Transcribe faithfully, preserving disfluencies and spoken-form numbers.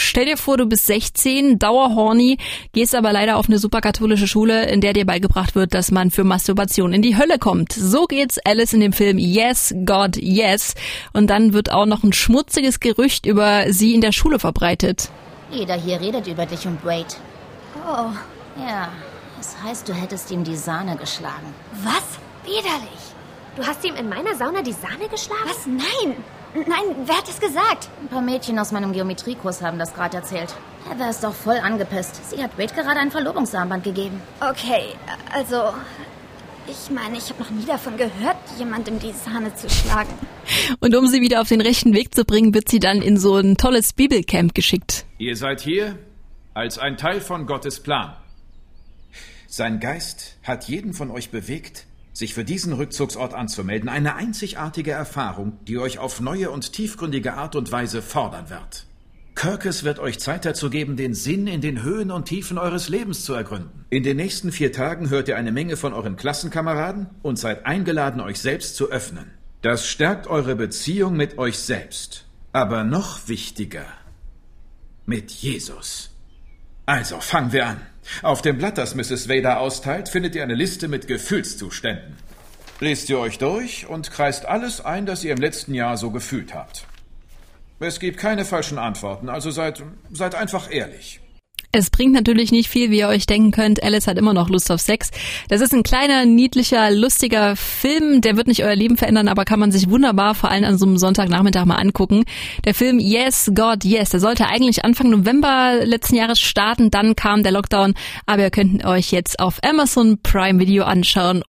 Stell dir vor, du bist sechzehn, dauerhorny, gehst aber leider auf eine superkatholische Schule, in der dir beigebracht wird, dass man für Masturbation in die Hölle kommt. So geht's Alice in dem Film Yes, God, Yes. Und dann wird auch noch ein schmutziges Gerücht über sie in der Schule verbreitet. Jeder hier redet über dich und Wade. Oh. Ja, das heißt, du hättest ihm die Sahne geschlagen. Was? Widerlich. Du hast ihm in meiner Sauna die Sahne geschlagen? Was? Nein. Nein, wer hat das gesagt? Ein paar Mädchen aus meinem Geometriekurs haben das gerade erzählt. Heather ist doch voll angepisst. Sie hat Wade gerade ein Verlobungsarmband gegeben. Okay, also... Ich meine, ich habe noch nie davon gehört, jemandem die Sahne zu schlagen. Und um sie wieder auf den rechten Weg zu bringen, wird sie dann in so ein tolles Bibelcamp geschickt. Ihr seid hier als ein Teil von Gottes Plan. Sein Geist hat jeden von euch bewegt, sich für diesen Rückzugsort anzumelden. Eine einzigartige Erfahrung, die euch auf neue und tiefgründige Art und Weise fordern wird. Kirkes wird euch Zeit dazu geben, den Sinn in den Höhen und Tiefen eures Lebens zu ergründen. In den nächsten vier Tagen hört ihr eine Menge von euren Klassenkameraden und seid eingeladen, euch selbst zu öffnen. Das stärkt eure Beziehung mit euch selbst. Aber noch wichtiger, mit Jesus. Also, fangen wir an. Auf dem Blatt, das Misses Vader austeilt, findet ihr eine Liste mit Gefühlszuständen. Lest ihr euch durch und kreist alles ein, das ihr im letzten Jahr so gefühlt habt. Es gibt keine falschen Antworten, also seid, seid einfach ehrlich. Es bringt natürlich nicht viel, wie ihr euch denken könnt. Alice hat immer noch Lust auf Sex. Das ist ein kleiner, niedlicher, lustiger Film. Der wird nicht euer Leben verändern, aber kann man sich wunderbar vor allem an so einem Sonntagnachmittag mal angucken. Der Film Yes, God, Yes, der sollte eigentlich Anfang November letzten Jahres starten. Dann kam der Lockdown. Aber ihr könnt euch jetzt auf Amazon Prime Video anschauen.